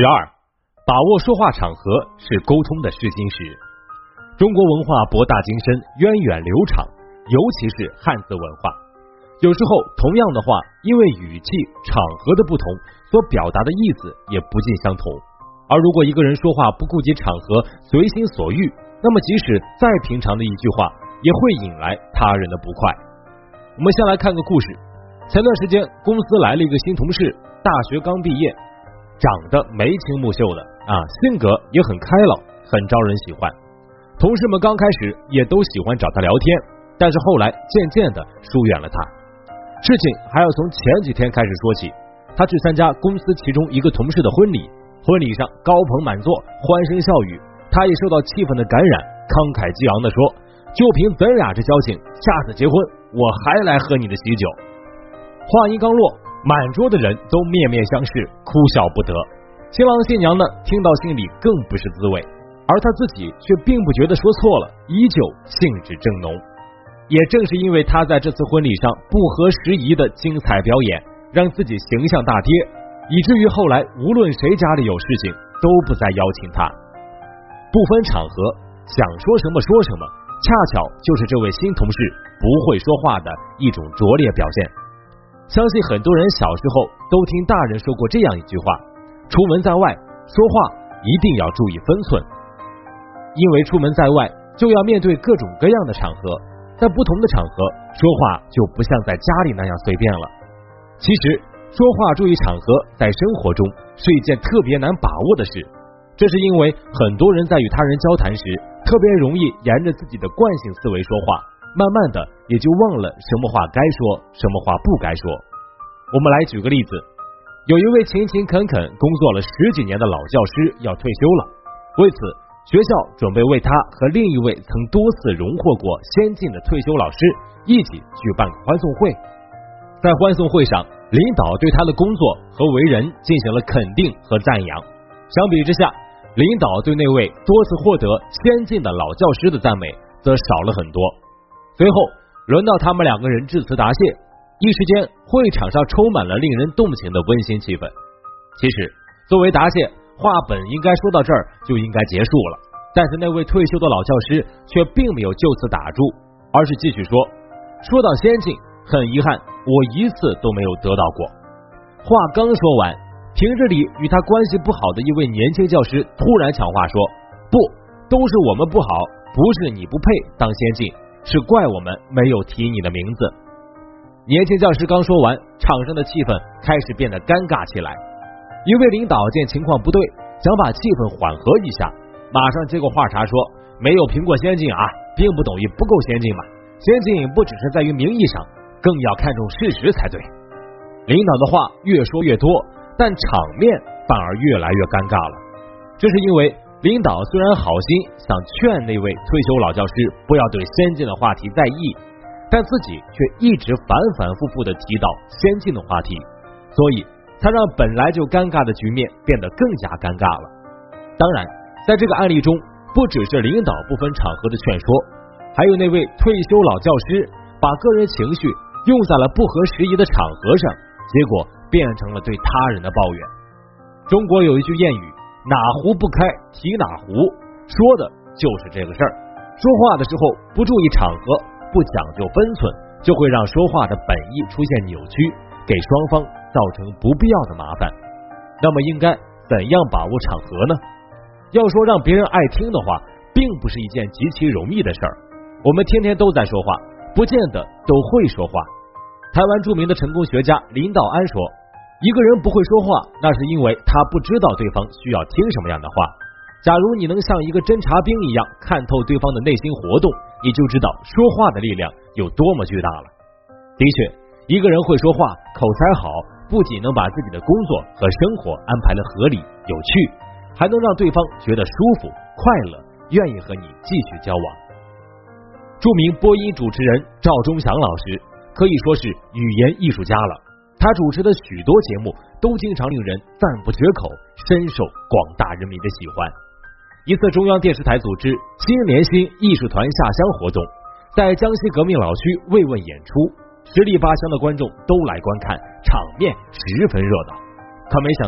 12. 把握说话场合是沟通的试金石。中国文化博大精深，源远流长，尤其是汉字文化。有时候同样的话，因为语气、场合的不同，所表达的意思也不尽相同。而如果一个人说话不顾及场合，随心所欲，那么即使再平常的一句话，也会引来他人的不快。我们先来看个故事。前段时间公司来了一个新同事，大学刚毕业，长得眉清目秀的性格也很开朗，很招人喜欢。同事们刚开始也都喜欢找他聊天，但是后来渐渐的疏远了他。事情还要从前几天开始说起。他去参加公司其中一个同事的婚礼，婚礼上高朋满座，欢声笑语，他也受到气氛的感染，慷慨激昂的说，就凭咱俩这交情，下次结婚我还来喝你的喜酒。话音刚落，满桌的人都面面相视，哭笑不得。新郎新娘呢，听到心里更不是滋味，而他自己却并不觉得说错了，依旧兴致正浓。也正是因为他在这次婚礼上不合时宜的精彩表演，让自己形象大跌，以至于后来无论谁家里有事情都不再邀请他。不分场合，想说什么说什么，恰巧就是这位新同事不会说话的一种拙劣表现。相信很多人小时候都听大人说过这样一句话，出门在外说话一定要注意分寸，因为出门在外就要面对各种各样的场合，在不同的场合说话就不像在家里那样随便了。其实说话注意场合在生活中是一件特别难把握的事，这是因为很多人在与他人交谈时特别容易沿着自己的惯性思维说话，慢慢的也就忘了什么话该说，什么话不该说。我们来举个例子，有一位勤勤恳恳工作了10几年的老教师要退休了，为此学校准备为他和另一位曾多次荣获过先进的退休老师一起举办欢送会。在欢送会上，领导对他的工作和为人进行了肯定和赞扬。相比之下，领导对那位多次获得先进的老教师的赞美则少了很多。随后轮到他们2个人致辞答谢，一时间会场上充满了令人动情的温馨气氛。其实作为答谢，话本应该说到这儿就应该结束了，但是那位退休的老教师却并没有就此打住，而是继续说到先进，很遗憾我一次都没有得到过。话刚说完，平日里与他关系不好的一位年轻教师突然抢话说，不，都是我们不好，不是你不配当先进，是怪我们没有提你的名字。年轻教师刚说完，场上的气氛开始变得尴尬起来。一位领导见情况不对，想把气氛缓和一下，马上接过话茬说，没有评过先进并不等于不够先进嘛，先进不只是在于名义上，更要看重事实才对。领导的话越说越多，但场面反而越来越尴尬了。这是因为领导虽然好心想劝那位退休老教师不要对先进的话题在意，但自己却一直反反复复的提到先进的话题，所以才让本来就尴尬的局面变得更加尴尬了。当然，在这个案例中，不只是领导不分场合的劝说，还有那位退休老教师把个人情绪用在了不合时宜的场合上，结果变成了对他人的抱怨。中国有一句谚语，哪壶不开提哪壶，说的就是这个事儿。说话的时候不注意场合，不讲究分寸，就会让说话的本意出现扭曲，给双方造成不必要的麻烦。那么应该怎样把握场合呢？要说让别人爱听的话，并不是一件极其容易的事儿。我们天天都在说话，不见得都会说话。台湾著名的成功学家林道安说，一个人不会说话，那是因为他不知道对方需要听什么样的话。假如你能像一个侦察兵一样看透对方的内心活动，你就知道说话的力量有多么巨大了。的确，一个人会说话，口才好，不仅能把自己的工作和生活安排得合理有趣，还能让对方觉得舒服快乐，愿意和你继续交往。著名播音主持人赵忠祥老师可以说是语言艺术家了，他主持的许多节目都经常令人赞不绝口，深受广大人民的喜欢。一次中央电视台组织新联新艺术团下乡活动，在江西革命老区慰问演出，十里八乡的观众都来观看，场面十分热闹。可没想到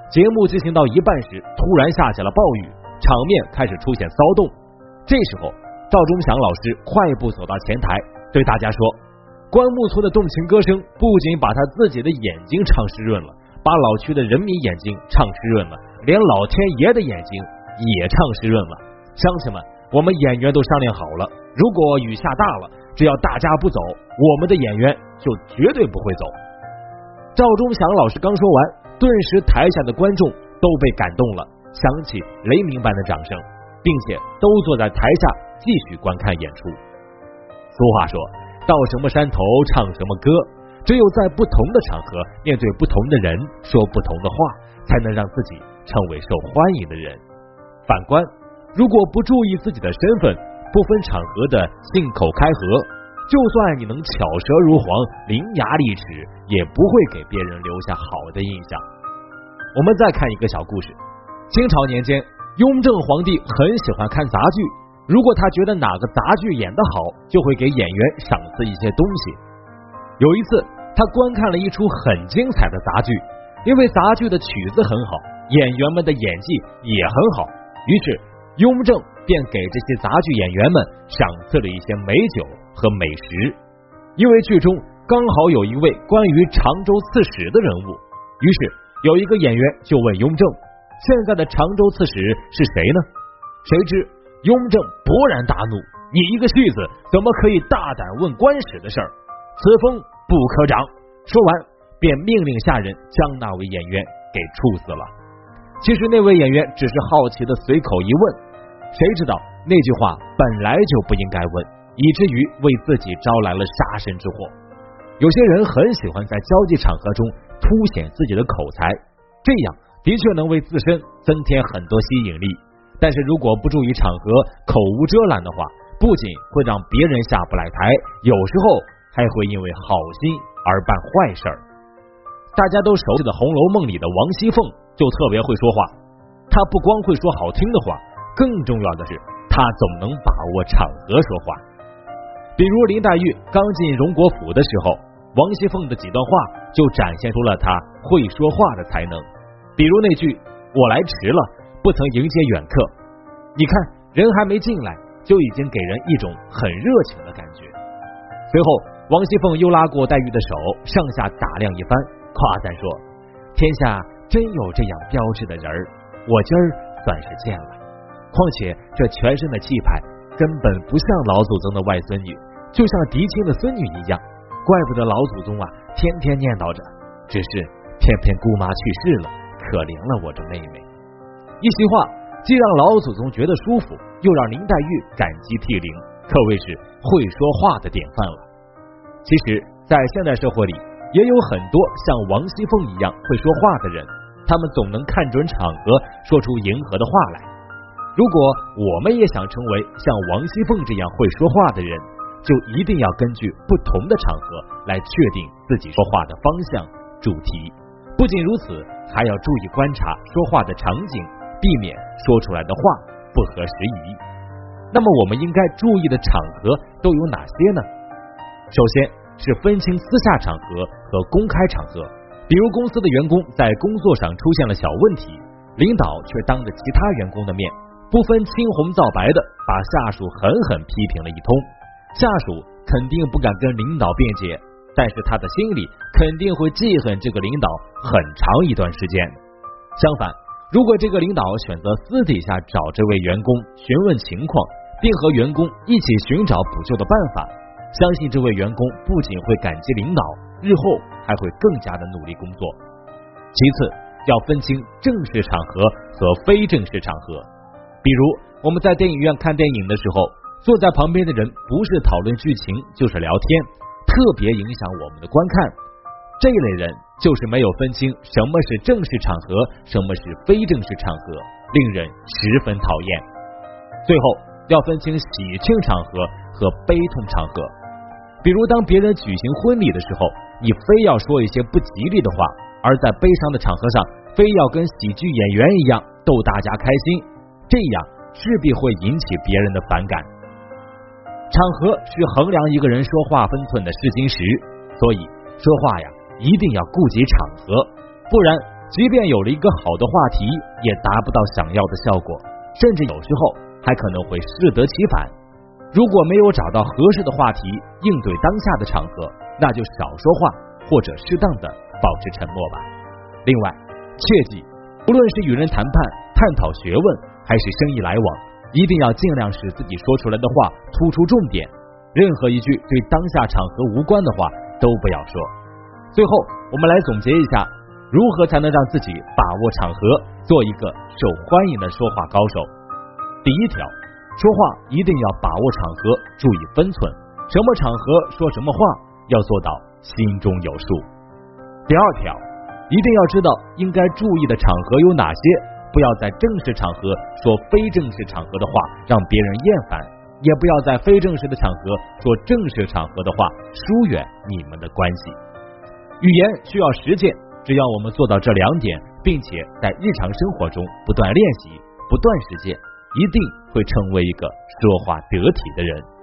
节目进行到一半时，突然下起了暴雨，场面开始出现骚动。这时候，赵忠祥老师快步走到前台，对大家说：“关牧村的动情歌声不仅把他自己的眼睛唱湿润了，把老区的人民眼睛唱湿润了，连老天爷的眼睛也唱湿润了。乡亲们，我们演员都商量好了，如果雨下大了，只要大家不走，我们的演员就绝对不会走。”赵忠祥老师刚说完，顿时台下的观众都被感动了，响起雷鸣般的掌声，并且都坐在台下继续观看演出。俗话说，到什么山头唱什么歌，只有在不同的场合面对不同的人说不同的话，才能让自己成为受欢迎的人。反观如果不注意自己的身份，不分场合的信口开河，就算你能巧舌如簧、伶牙俐齿，也不会给别人留下好的印象。我们再看一个小故事。清朝年间，雍正皇帝很喜欢看杂剧，如果他觉得哪个杂剧演得好，就会给演员赏赐一些东西。有一次，他观看了一出很精彩的杂剧，因为杂剧的曲子很好，演员们的演技也很好，于是雍正便给这些杂剧演员们赏赐了一些美酒和美食。因为剧中刚好有一位关于常州刺史的人物，于是有一个演员就问雍正，现在的常州刺史是谁呢？谁知雍正勃然大怒，你一个戏子怎么可以大胆问官史的事儿？此风不可长。说完便命令下人将那位演员给处死了。其实那位演员只是好奇的随口一问，谁知道那句话本来就不应该问，以至于为自己招来了杀身之祸。有些人很喜欢在交际场合中凸显自己的口才，这样的确能为自身增添很多吸引力，但是如果不注意场合，口无遮拦的话，不仅会让别人下不来台，有时候还会因为好心而办坏事儿。大家都熟悉的《红楼梦》里的王熙凤就特别会说话，她不光会说好听的话，更重要的是她总能把握场合说话。比如林黛玉刚进荣国府的时候，王熙凤的几段话就展现出了她会说话的才能。比如那句我来迟了，不曾迎接远客，你看人还没进来，就已经给人一种很热情的感觉。随后王熙凤又拉过黛玉的手，上下打量一番，夸赞说，天下真有这样标致的人儿，我今儿算是见了。况且这全身的气派根本不像老祖宗的外孙女，就像嫡亲的孙女一样，怪不得老祖宗啊天天念叨着，只是偏偏姑妈去世了，可怜了我这妹妹。一席话既让老祖宗觉得舒服，又让林黛玉感激涕零，可谓是会说话的典范了。其实在现代社会里，也有很多像王熙凤一样会说话的人，他们总能看准场合，说出迎合的话来。如果我们也想成为像王熙凤这样会说话的人，就一定要根据不同的场合来确定自己说话的方向、主题。不仅如此，还要注意观察说话的场景，避免说出来的话不合时宜。那么我们应该注意的场合都有哪些呢？首先是分清私下场合和公开场合，比如公司的员工在工作上出现了小问题，领导却当着其他员工的面不分青红皂白的把下属狠狠批评了一通。下属肯定不敢跟领导辩解，但是他的心里肯定会记恨这个领导很长一段时间。相反，如果这个领导选择私底下找这位员工询问情况，并和员工一起寻找补救的办法，相信这位员工不仅会感激领导，日后还会更加的努力工作。其次，要分清正式场合和非正式场合。比如我们在电影院看电影的时候，坐在旁边的人不是讨论剧情就是聊天，特别影响我们的观看。这类人就是没有分清什么是正式场合，什么是非正式场合，令人十分讨厌。最后要分清喜庆场合和悲痛场合。比如当别人举行婚礼的时候，你非要说一些不吉利的话，而在悲伤的场合上非要跟喜剧演员一样逗大家开心，这样势必会引起别人的反感。场合是衡量一个人说话分寸的试金石，所以说话呀一定要顾及场合，不然即便有了一个好的话题，也达不到想要的效果，甚至有时候还可能会适得其反。如果没有找到合适的话题应对当下的场合，那就少说话，或者适当的保持沉默吧。另外，切记，无论是与人谈判、探讨学问，还是生意来往，一定要尽量使自己说出来的话突出重点，任何一句对当下场合无关的话都不要说。最后，我们来总结一下，如何才能让自己把握场合，做一个受欢迎的说话高手。第一条，说话一定要把握场合，注意分寸，什么场合说什么话，要做到心中有数。第二条，一定要知道应该注意的场合有哪些，不要在正式场合说非正式场合的话，让别人厌烦，也不要在非正式的场合说正式场合的话，疏远你们的关系。语言需要实践，只要我们做到这2点，并且在日常生活中不断练习、不断实践，一定会成为一个说话得体的人。